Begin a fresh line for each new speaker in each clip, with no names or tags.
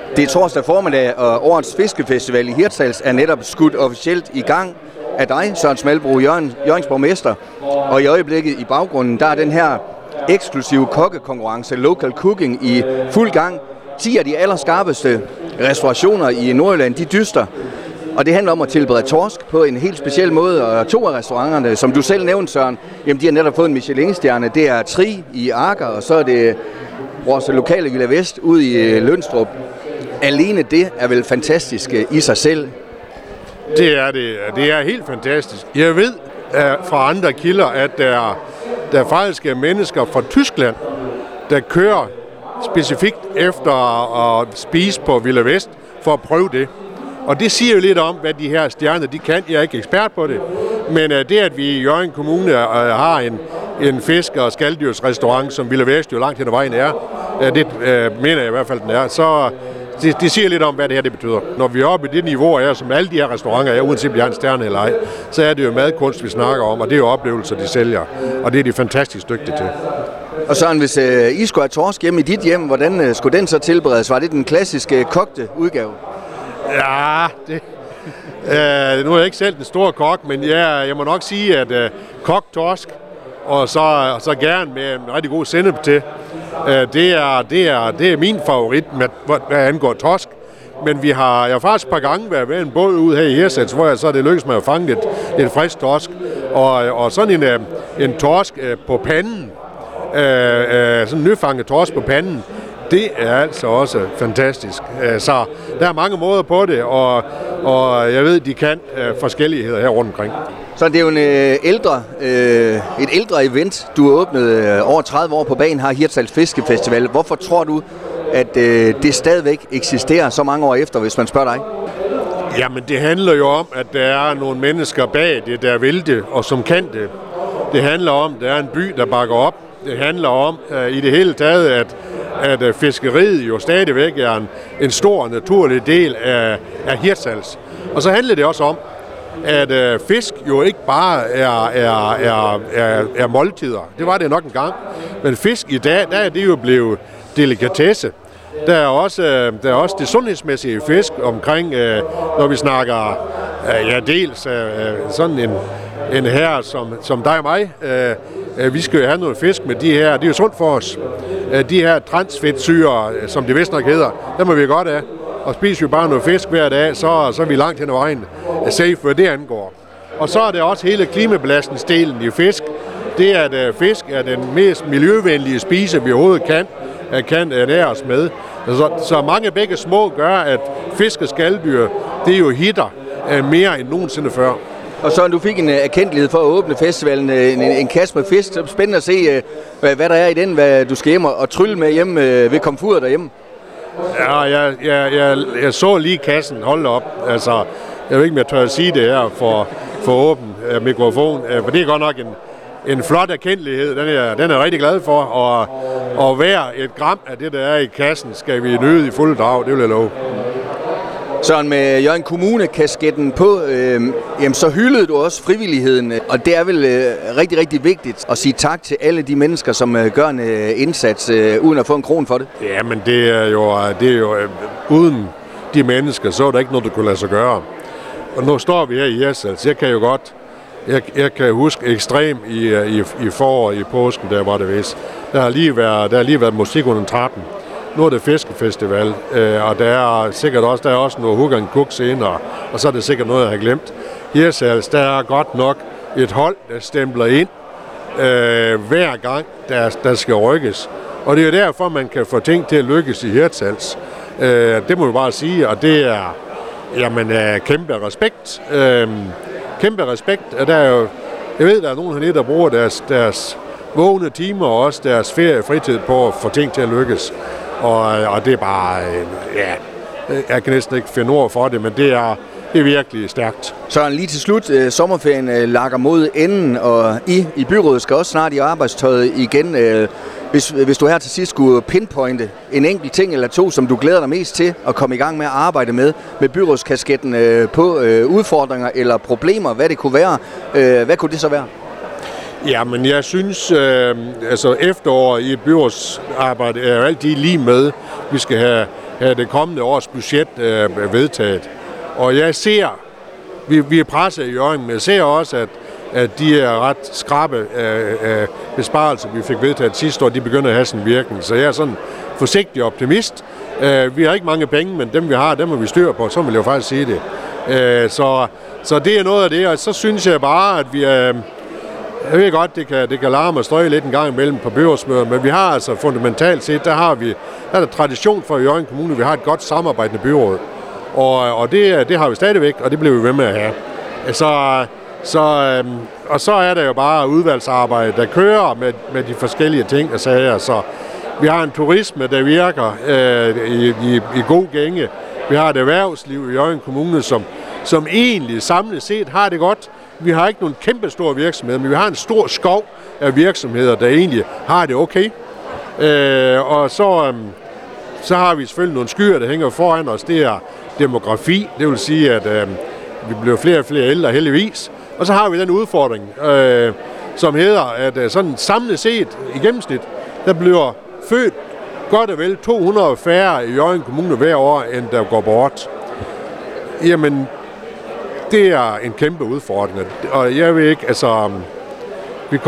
Det er torsdag formiddag, og årets fiskefestival i Hirtshals er netop skudt officielt i gang af dig, Søren Smalbro, Hjørrings borgmester. Og i øjeblikket i baggrunden, der er den her eksklusive kokkekonkurrence, Local Cooking, i fuld gang. 10 af de allerskarpeste restaurationer i Nordjylland, de dyster. Og det handler om at tilberede torsk på en helt speciel måde, og 2 af restauranterne, som du selv nævnte, Søren, jamen de har netop fået en Michelin-stjerne. Det er Tri i Aker, og så er det vores lokale Villa Vest ude i Lønstrup. Alene det er vel fantastisk i sig selv.
Det er det. Det er helt fantastisk. Jeg ved fra andre kilder, at der faktisk er mennesker fra Tyskland, der kører specifikt efter at spise på Villa Vest for at prøve det. Og det siger jo lidt om, hvad de her stjerner de kan. Jeg er ikke ekspert på det, men det, at vi i Hjørring Kommune har en fisk- og skalddyrsrestaurant, som Villa Vest jo langt hen ad vejen er, det mener jeg i hvert fald, den er, så det siger lidt om, hvad det her det betyder. Når vi er oppe i det niveau, som alle de her restauranter er, uanset om de har en stjerne eller ej, så er det jo madkunst, vi snakker om, og det er jo oplevelser, de sælger. Og det er de fantastisk dygtige til.
Og Søren, hvis I skulle have torsk hjemme i dit hjem, hvordan skulle den så tilberedes? Var det den klassiske kogte udgave?
Ja, nu er jeg ikke selv den store kok, men jeg må nok sige, at kogt torsk, og så gerne med en rigtig god sennep til, det er min favorit, hvad angår torsk. Men jeg har faktisk et par gange været med en båd ud her i Hirtshals, hvor jeg så det lykkedes mig at fange lidt frisk torsk. Og sådan en torsk på panden, sådan en nyfanget torsk på panden, det er altså også fantastisk. Så der er mange måder på det, og jeg ved, de kan forskelligheder her rundt omkring.
Så det er jo et ældre event, du har åbnet over 30 år på banen her, Hirtshals Fiskefestival. Hvorfor tror du, at det stadigvæk eksisterer så mange år efter, hvis man spørger dig?
Jamen, det handler jo om, at der er nogle mennesker bag det, der vil det, og som kan det. Det handler om, at der er en by, der bakker op. Det handler om i det hele taget, at fiskeriet jo stadigvæk er en stor naturlig del af Hirtshals. Og så handler det også om, at fisk jo ikke bare er måltider. Det var det nok engang. Men fisk i dag, der er det jo blevet delikatesse. Der er også det sundhedsmæssige fisk omkring, når vi snakker, dels sådan en herre som dig og mig. Vi skal jo have noget fisk med de her. Det er jo sundt for os. De her transfedtsyrer, som det vist nok hedder, der må vi godt have. Og spiser vi bare noget fisk hver dag, så er vi langt hen ad vejen safe, hvad det angår. Og så er det også hele klimabelastningsdelen i fisk. Det er, at fisk er den mest miljøvenlige spise, vi overhovedet kan nære os med. Så mange begge små gør, at fisk og skalddyr, det er jo hitter mere end nogensinde før.
Og så du fik en erkendelighed for at åbne festivalen, en kasse med fisk. Så spændende at se, hvad der er i den, hvad du skal hjem og trylle med hjemme ved komfuret derhjemme.
Ja, jeg så lige kassen. Hold op. Altså, jeg ved ikke, om jeg tør at sige det her for åben mikrofon. For det er godt nok en flot erkendelighed. Den er jeg rigtig glad for. Og hver et gram af det, der er i kassen, skal vi nyde i fuld drag. Det vil jeg love.
Søren, med Hjørring Kommune-kasketten på, så hyldede du også frivilligheden, og det er vel rigtig, rigtig vigtigt at sige tak til alle de mennesker, som gør en indsats, uden at få en kron for det.
Ja, men det er jo uden de mennesker, så er der ikke noget, der kunne lade sig gøre. Og nu står vi her i Hirtshals. Jeg kan huske ekstrem i forår i påsken, der var det vist. Der har lige været musik under 13. Nu er det fiskefestival, og der er også noget Hook and Cook senere, og så er det sikkert noget, jeg har glemt. Hirtshals, der er godt nok et hold, der stempler ind hver gang, der skal rykkes. Og det er jo derfor, man kan få ting til at lykkes i Hirtshals. Det må vi bare sige, og det er kæmpe respekt. Kæmpe respekt. Jeg ved, der er nogen hernede, der bruger deres vågne timer og også deres feriefritid på at få ting til at lykkes. Og det er bare, jeg kan næsten ikke finde ord for det, men det er virkelig stærkt.
Søren, lige til slut, sommerferien lakker mod enden, og I byrådet skal også snart i arbejdstøjet igen. Hvis du her til sidst skulle pinpointe en enkelt ting eller to, som du glæder dig mest til at komme i gang med at arbejde med byrådskasketten på udfordringer eller problemer, hvad det kunne være, hvad kunne det så være?
Jamen, jeg synes, efterår i et byrådsarbejde er jo altid lige med. Vi skal have have det kommende års budget vedtaget. Og jeg ser, vi er presset i Hjørring, men jeg ser også, at de er ret skrappe besparelser, vi fik vedtaget sidste år, de begynder at have sin virkning. Så jeg er sådan forsigtig optimist. Vi har ikke mange penge, men dem vi har, dem har vi styr på, så vil jeg jo faktisk sige det. Så det er noget af det, og så synes jeg bare, at vi er... Jeg ved godt, det kan larme og støje lidt en gang imellem på byrådsmøder, men vi har altså fundamentalt set, der er der tradition for i Hjørring Kommune, vi har et godt samarbejdende byråd. Og det har vi stadigvæk, og det bliver vi ved med at have. Og så er der jo bare udvalgsarbejde, der kører med de forskellige ting og sager. Så vi har en turisme, der virker i god gænge. Vi har et erhvervsliv i Hjørring Kommune, som egentlig samlet set har det godt. Vi har ikke nogen kæmpe store virksomheder, men vi har en stor skov af virksomheder, der egentlig har det okay. Og så har vi selvfølgelig nogle skyer, der hænger foran os. Det er demografi, det vil sige, at vi bliver flere og flere ældre heldigvis. Og så har vi den udfordring, som hedder, at sådan samlet set i gennemsnit, der bliver født godt og vel 200 færre i Hjørring Kommune hver år, end der går bort. Jamen, det er en kæmpe udfordring, og jeg ved ikke, altså, vi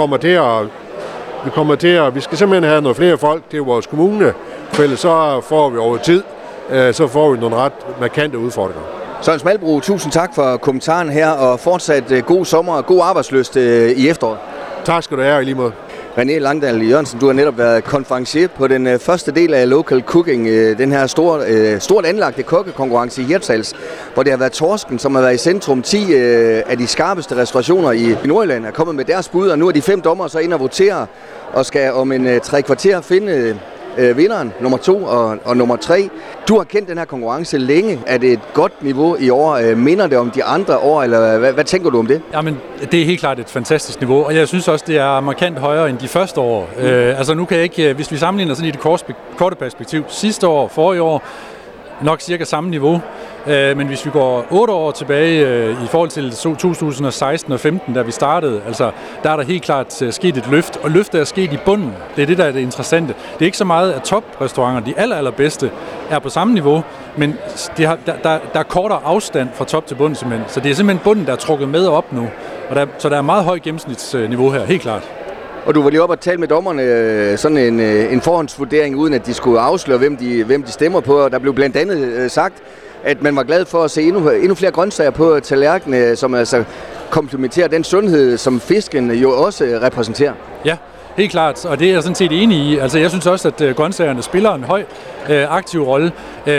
skal simpelthen have noget flere folk til vores kommune, for ellers så får vi over tid, så får vi nogle ret markante udfordringer.
Søren Smalbro, tusind tak for kommentaren her, og fortsat god sommer og god arbejdslyst i efteråret.
Tak skal du have, i lige måde.
René Langdal Jørgensen, du har netop været konferencier på den første del af Local Cooking, den her stort anlagte kokkekonkurrence i Hirtshals, hvor det har været Torsken, som har været i centrum. 10 af de skarpeste restaurationer i Nordjylland er kommet med deres bud, og nu er de 5 dommere så inde og votere, og skal om en 3 kvarter finde vinderen, nummer 2 og nummer 3. Du har kendt den her konkurrence længe. Er det et godt niveau i år? Minder det om de andre år, eller hvad tænker du om det?
Jamen, det er helt klart et fantastisk niveau, og jeg synes også, det er markant højere end de første år. Altså nu kan jeg ikke, hvis vi sammenligner sådan i det korte perspektiv, sidste år, forrige år, nok cirka samme niveau. Men hvis vi går 8 år tilbage i forhold til 2016 og 15, da vi startede, altså der er der helt klart sket et løft, og løftet er sket i bunden. Det er det, der er det interessante. Det er ikke så meget, at toprestauranter, de allerbedste, er på samme niveau, men der er kortere afstand fra top til bund simpelthen. Så det er simpelthen bunden, der er trukket med op nu. Så der er meget højt gennemsnitsniveau her, helt klart.
Og du var lige op og tale med dommerne, sådan en forhåndsvurdering, uden at de skulle afsløre, hvem de stemmer på. Og der blev blandt andet sagt, at man var glad for at se endnu flere grøntsager på tallerkenen, som altså komplementerer den sundhed, som fisken jo også repræsenterer. Ja,
helt klart, og det er jeg sådan set enig i. Altså jeg synes også, at grøntsagerne spiller en høj aktiv rolle.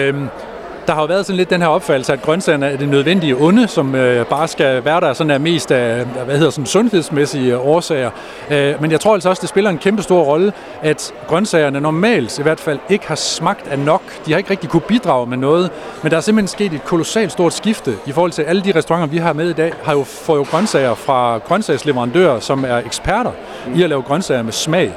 Der har jo været sådan lidt den her opfattelse, at grøntsagerne er det nødvendige onde, som bare skal være der sådan er mest af sundhedsmæssige årsager. Men jeg tror altså også, det spiller en kæmpe stor rolle, at grøntsagerne normalt i hvert fald ikke har smagt af nok. De har ikke rigtig kunne bidrage med noget, men der er simpelthen sket et kolossalt stort skifte i forhold til alle de restauranter, vi har med i dag, får jo grøntsager fra grøntsagsleverandører, som er eksperter i at lave grøntsager med smag.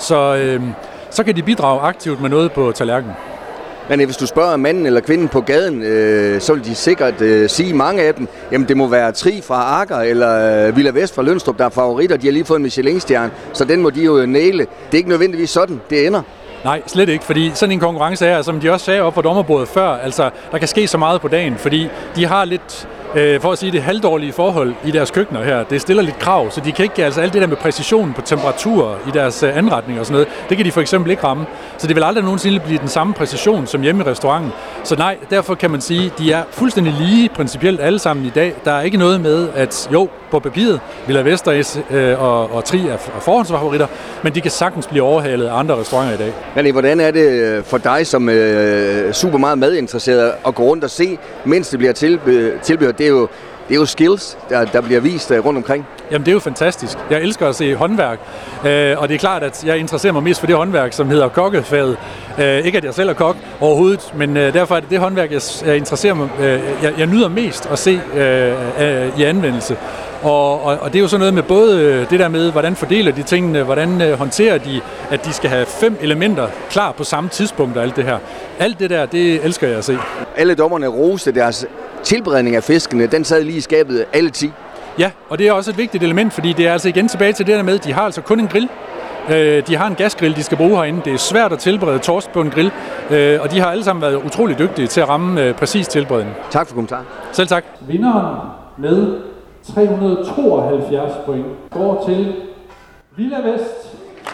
Så kan de bidrage aktivt med noget på tallerkenen.
Men hvis du spørger manden eller kvinden på gaden, så vil de sikkert sige mange af dem, jamen det må være Tri fra Akker eller Villa Vest fra Lønstrup, der er favoritter. De har lige fået en Michelin-stjerne, så den må de jo næle. Det er ikke nødvendigvis sådan, det ender.
Nej, slet ikke, fordi sådan en konkurrence er, som de også sagde op på dommerbordet før, altså der kan ske så meget på dagen, fordi de har lidt, for at sige det, halvdårlige forhold i deres køkkener her. Det stiller lidt krav, så de kan ikke, altså alt det der med præcision på temperatur i deres anretning og sådan noget, det kan de for eksempel ikke ramme. Så det vil aldrig nogensinde blive den samme præcision som hjemme i restauranten. Så nej, derfor kan man sige, de er fuldstændig lige principielt alle sammen i dag. Der er ikke noget med, at jo, på papiret, Villa Vester og Tri er forhåndsfavoritter, men de kan sagtens blive overhalet af andre restauranter i dag.
Men hvordan er det for dig som super meget madinteresseret at gå rundt og se, mens det bliver tilbehørt? Det er jo skills, der bliver vist rundt omkring.
Jamen det er jo fantastisk. Jeg elsker at se håndværk, og det er klart, at jeg interesserer mig mest for det håndværk, som hedder kokkefaget. Ikke at jeg selv er kok overhovedet, men derfor er det håndværk, jeg interesserer mig. Jeg nyder mest at se i anvendelse. Og det er jo sådan noget med både det der med, hvordan fordeler de tingene, hvordan håndterer de, at de skal have 5 elementer klar på samme tidspunkt og alt det her. Alt det der, det elsker jeg at se.
Alle dommerne roste deres tilberedning af fiskene, den sad lige i skabet alle 10.
Ja, og det er også et vigtigt element, fordi det er altså igen tilbage til det der med, at de har altså kun en grill. De har en gasgrill, de skal bruge herinde. Det er svært at tilberede torsk på en grill, og de har alle sammen været utrolig dygtige til at ramme præcis tilberedning.
Tak for kommentaren.
Selv tak. Vinderen med 372 point går til Villa Vest.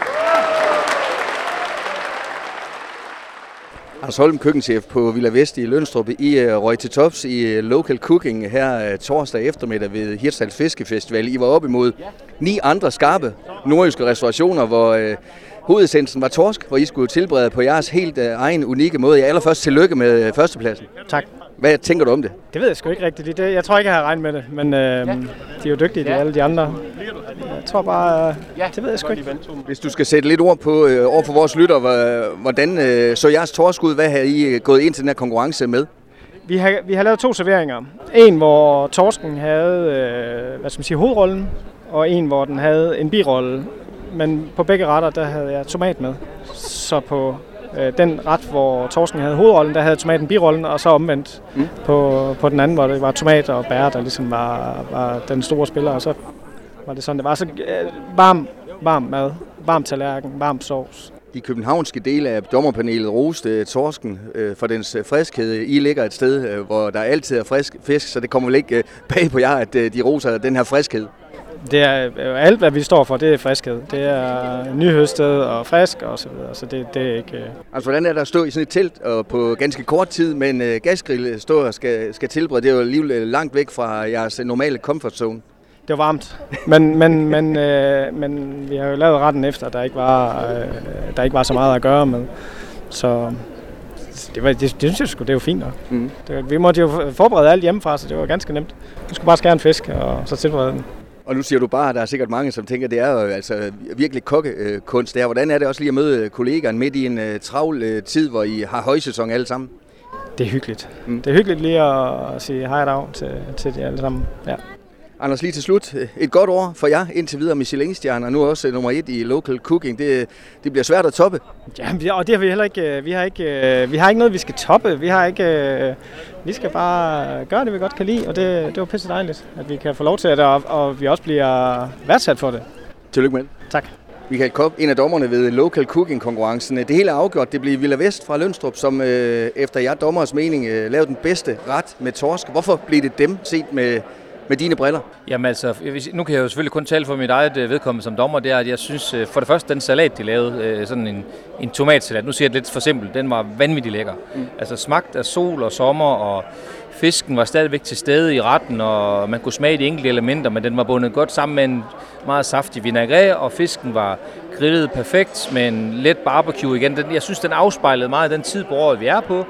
Anders Holm, køkkenchef på Villa Vest i Lønstrup. I røg til tops i Local Cooking her torsdag eftermiddag ved Hirtshals Fiskefestival. I var op imod 9 andre skarpe nordjyske restaurationer, hvor hovedessensen var torsk, hvor I skulle tilberede på jeres helt egen unikke måde. Jeg allerførst tillykke med førstepladsen.
Tak.
Hvad tænker du om det?
Det ved jeg sgu ikke rigtigt. Jeg tror ikke, jeg har regnet med det, men de er jo dygtige, alle de andre. Jeg tror bare, det ved jeg sgu ikke.
Hvis du skal sætte lidt ord på over for vores lytter, hvordan så jeres torsk ud? Hvad har I gået ind til den her konkurrence med?
Vi har lavet 2 serveringer. En, hvor torsken havde hovedrollen, og en, hvor den havde en birolle. Men på begge retter, der havde jeg tomat med. Så på den ret, hvor torsken havde hovedrollen, der havde tomaten birollen, og så omvendt på den anden, hvor det var tomat og bær, der ligesom var den store spiller, og så var det sådan, det var så varm mad, varm tallerken, varm sovs.
De københavnske dele af dommerpanelet roste torsken for dens friskhed. I ligger et sted, hvor der altid er frisk fisk, så det kommer vel ikke bag på jer, at de roser den her friskhed?
Det er alt, hvad vi står for, det er friskhed. Det er nyhøstet og frisk og så videre, så det er ikke...
Altså, hvordan er der at stå i sådan et telt og på ganske kort tid med en gasgrill stå og skal tilberede? Det er jo alligevel langt væk fra jeres normale comfort zone.
Det var varmt, men vi har jo lavet retten efter, der ikke var så meget at gøre med. Så det synes jeg sgu, det er jo fint nok. Vi måtte jo forberede alt hjemmefra, så det var ganske nemt. Du skulle bare skære en fisk og så tilberede den.
Og nu siger du bare, at der er sikkert mange, som tænker, at det er jo altså virkelig kokkekunst det her. Hvordan er det også lige at møde kollegaerne midt i en travl tid, hvor I har højsæson alle sammen?
Det er hyggeligt. Det er hyggeligt lige at sige hej og dag til de alle sammen. Ja.
Anders, lige til slut. Et godt år for jer indtil videre Michelin-stjerner, nu også nummer 1 i Local Cooking. Det bliver svært at toppe.
Ja, og det har vi heller ikke. Vi har ikke noget, vi skal toppe. Vi skal bare gøre det, vi godt kan lide, og det var pisse dejligt, at vi kan få lov til det, og vi også bliver værdsat for det.
Tillykke med det.
Tak.
Michael Kopp, en af dommerne ved Local Cooking-konkurrencen. Det hele er afgjort. Det bliver Villa Vest fra Lønstrup, som efter jer dommers mening lavede den bedste ret med torsk. Hvorfor blev det dem set med dine briller?
Jamen altså, nu kan jeg jo selvfølgelig kun tale for mit eget vedkommende som dommer, det er, at jeg synes, for det første, den salat, de lavede, sådan en tomatsalat, nu siger jeg det lidt for simpelt, den var vanvittig lækker. Altså smagt af sol og sommer, og fisken var stadigvæk til stede i retten, og man kunne smage de enkelte elementer, men den var bundet godt sammen med en meget saftig vinaigrette, og fisken var grillet perfekt med en let barbecue igen. Jeg synes, den afspejlede meget den tid på året, vi er på,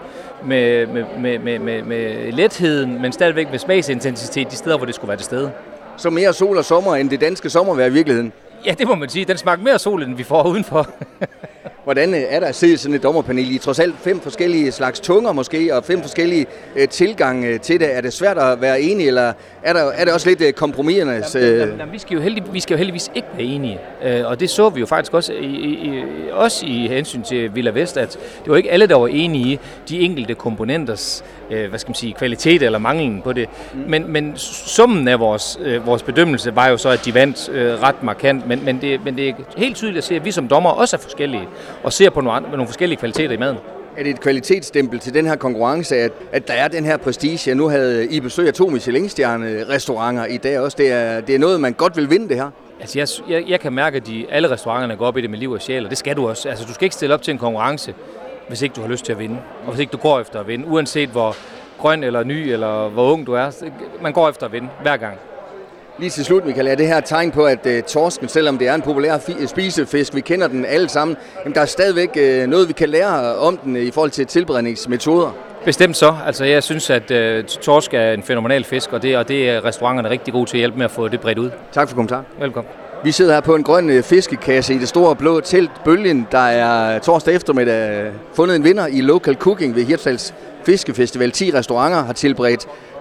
med letheden, men stadigvæk med smagsintensitet de steder, hvor det skulle være til stede.
Så mere sol og sommer end det danske sommervejr i virkeligheden?
Ja, det må man sige. Den smagte mere sol, end vi får udenfor.
Hvordan er der at se sådan et dommerpanel i trods alt 5 forskellige slags tunger måske, og 5 forskellige tilgange til det? Er det svært at være enige, eller er det også lidt kompromisernes?
Jamen, vi skal jo heldigvis ikke være enige, og det så vi jo faktisk også i hensyn til Villa Vest, at det var ikke alle, der var enige i de enkelte komponenters kvalitet eller manglen på det. Men summen af vores bedømmelse var jo så, at de vandt ret markant, men det er helt tydeligt at se, at vi som dommer også er forskellige, og ser på nogle forskellige kvaliteter i maden.
Er det et kvalitetsstempel til den her konkurrence, at der er den her prestige? Nu havde I besøg af 2 Michelin-stjerne-restauranter i dag også. Det er noget, man godt vil vinde det her.
Altså, jeg kan mærke, at alle restauranterne går op i det med liv og sjæl, og det skal du også. Altså, du skal ikke stille op til en konkurrence, hvis ikke du har lyst til at vinde, og hvis ikke du går efter at vinde, uanset hvor grøn eller ny eller hvor ung du er. Man går efter at vinde hver gang.
Lige til slut, Michael, er det her et tegn på, at torsken, selvom det er en populær spisefisk, vi kender den alle sammen, jamen, der er stadigvæk noget, vi kan lære om den i forhold til tilberedningsmetoder?
Bestemt så. Altså, jeg synes, at torsk er en fænomenal fisk, og det er restauranterne rigtig gode til at hjælpe med at få det bredt ud.
Tak for kommentar.
Velkommen.
Vi sidder her på en grøn fiskekasse i det store blå telt Bølgen. Der er torsdag eftermiddag fundet en vinder i Local Cooking ved Hirtshals Fiskefestival. 10 restauranter har tilberedt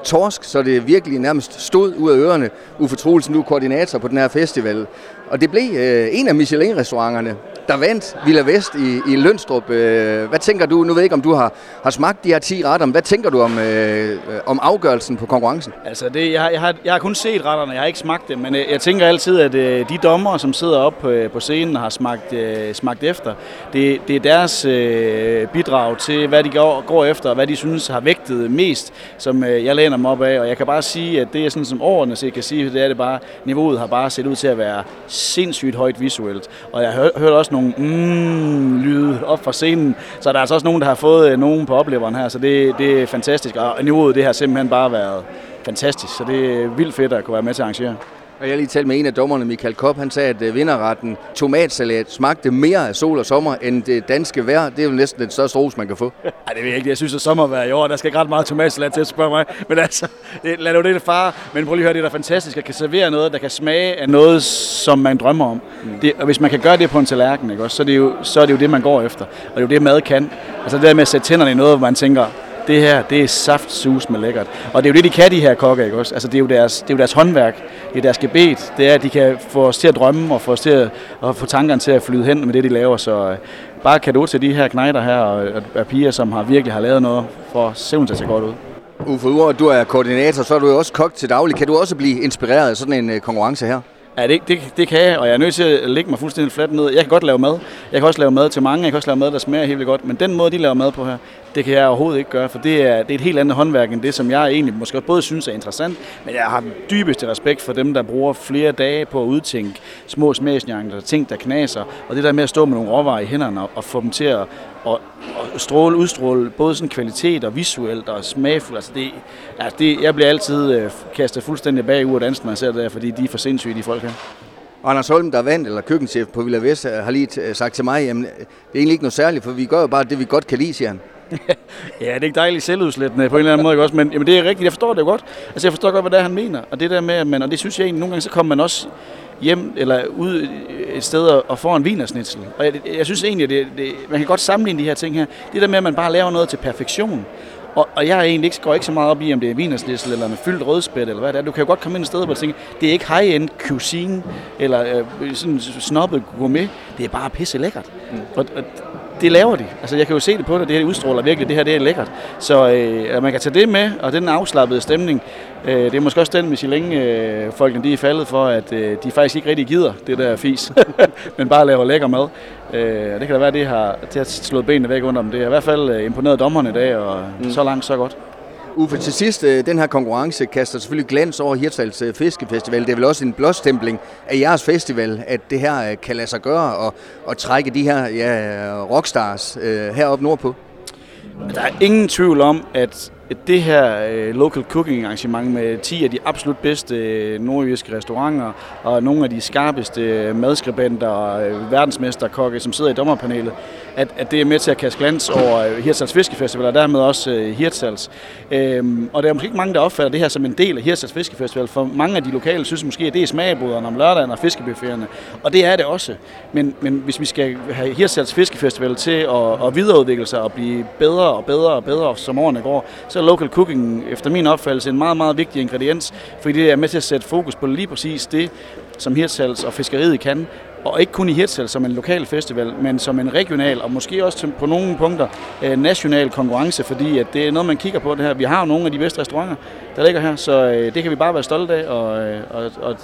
torsk, så det virkelig nærmest stod ud af ørerne. Uffe Troelsen, du er koordinator på den her festival. Og det blev en af Michelin-restauranterne, der vandt Villa Vest i Lønstrup. Hvad tænker du? Nu ved jeg ikke, om du har smagt de her 10 retter. Hvad tænker du om afgørelsen på konkurrencen?
Altså, jeg har kun set retterne, jeg har ikke smagt dem, men jeg tænker altid, at de dommere, som sidder oppe på scenen og har smagt efter, det er deres bidrag til, hvad de går efter, og hvad de synes har vægtet mest, som jeg læner mig op af. Og jeg kan bare sige, at det er sådan, som overordnet set kan sige, det er det bare, niveauet har bare set ud til at være sindssygt højt visuelt. Og jeg har hørt også nogle lyde op fra scenen, så der er altså også nogen, der har fået nogen på opleveren her, så det er fantastisk. Og niveauet, det har simpelthen bare været fantastisk, så det er vildt fedt at kunne være med til at arrangere.
Og jeg lige talt med en af dommerne, Michael Kopp, han sagde, at vinderretten tomatsalat smagte mere af sol og sommer end det danske vejr. Det er jo næsten den største ros, man kan få.
Nej, det ved jeg ikke. Jeg synes, at sommervejr i år, der skal ikke ret meget tomatsalat til at spørge mig. Men altså, lad nu det fare. Men prøv lige at høre, det er fantastisk at kan servere noget, der kan smage af noget, som man drømmer om. Og hvis man kan gøre det på en tallerken, ikke også, så er det jo det, man går efter. Og det er jo det, mad kan. Altså det der med at sætte tænderne i noget, hvor man tænker, det her, det er saftsus med lækkert. Og det er jo det, de kan, de her kokke, ikke også? Altså, det er jo deres håndværk, det er deres gebet. Det er, at de kan få os til at drømme og få os til at få tankerne til at flyde hen med det, de laver. Så bare cadeau til de her knejder her og piger, som virkelig har lavet noget for simpelthen til at se godt ud.
Uffe, udover at du er koordinator, så er du jo også kok til daglig. Kan du også blive inspireret af sådan en konkurrence her?
Ja, det kan jeg, og jeg er nødt til at lægge mig fuldstændig fladt ned. Jeg kan godt lave mad. Jeg kan også lave mad til mange. Jeg kan også lave mad, der smager helt vildt godt. Men den måde, de laver mad på her, det kan jeg overhovedet ikke gøre, for det er et helt andet håndværk end det, som jeg egentlig måske både synes er interessant, men jeg har den dybeste respekt for dem, der bruger flere dage på at udtænke små smagsnuancer, ting, der knaser, og det der med at stå med nogle råvarer i hænderne og få dem til at udstråle både sådan kvalitet og visuelt og smagfuld. Altså jeg bliver altid kastet fuldstændig bag ud af dansen, når jeg ser det der, fordi de er for sindssyge, de folk her.
Anders Holm, der er vandt, eller køkkenchef på Villa Vest, har lige sagt til mig, jamen det er egentlig ikke noget særligt, for vi gør jo bare det, vi godt kan lide, siger han.
Ja, det er ikke dejligt selvudslættende på en eller anden måde, ikke også? Men jamen, det er rigtigt, jeg forstår det jo godt. Altså jeg forstår godt, hvad det er, han mener. Og det der med, og det synes jeg egentlig, nogle gange så kommer man også hjem eller ud et sted og får en wienersnitzel. Og jeg synes egentlig, at man kan godt sammenligne de her ting her. Det der med, at man bare laver noget til perfektion. Og jeg egentlig går ikke så meget op i, om det er wienersnitzel eller en fyldt rødspæt eller hvad det er. Du kan jo godt komme ind et sted, hvor du tænker, det er ikke high-end cuisine eller sådan snobbet gourmet. Det er bare pisse lækkert. Og det laver de. Altså jeg kan jo se det på det. Det her udstråler virkelig. Det her det er lækkert. Så man kan tage det med, og den afslappede stemning. Det er måske også den, Michelin-folkene de er faldet for, at de faktisk ikke rigtig gider det der fis, men bare laver lækker mad. Det kan da være, at det har slået benene væk under dem. Det har i hvert fald imponeret dommerne i dag, og så langt, så godt.
Uffe, til sidst, den her konkurrence kaster selvfølgelig glans over Hirtshals Fiskefestival. Det er vel også en blåstempling af jeres festival, at det her kan lade sig gøre og trække de her rockstars heroppe nordpå.
Der er ingen tvivl om, at det her local cooking arrangement med 10 af de absolut bedste nordjyske restauranter og nogle af de skarpeste madskribenter og verdensmesterkokke, som sidder i dommerpanelet, at det er med til at kaste glans over Hirtshals Fiskefestival og dermed også Hirtshals. Og der er måske ikke mange, der opfatter det her som en del af Hirtshals Fiskefestival, for mange af de lokale synes måske, at det er smageboderne om lørdagen og fiskebuffeterne, og det er det også. Men hvis vi skal have Hirtshals Fiskefestival til at videreudvikle sig og blive bedre og bedre og bedre, som årene går, så er local cooking efter min opfattelse en meget, meget vigtig ingrediens, fordi det er med til at sætte fokus på lige præcis det, som Hirtshals og fiskeriet kan. Og ikke kun i Hirtshals som en lokal festival, men som en regional og måske også på nogle punkter national konkurrence, fordi at det er noget, man kigger på det her. Vi har jo nogle af de bedste restauranter, der ligger her, så det kan vi bare være stolte af, og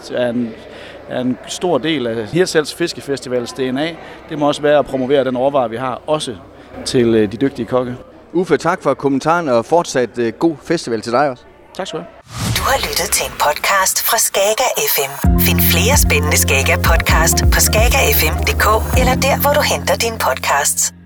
er en stor del af Hirtshals Fiskefestivals DNA. Det må også være at promovere den råvare, vi har, også til de dygtige kokke.
Uffe, tak for kommentaren, og fortsat god festival til dig også.
Tak skal du have.
Du har lyttet til en podcast fra Skaga FM. Find flere spændende Skaga podcast på skagafm.dk eller der, hvor du henter dine podcasts.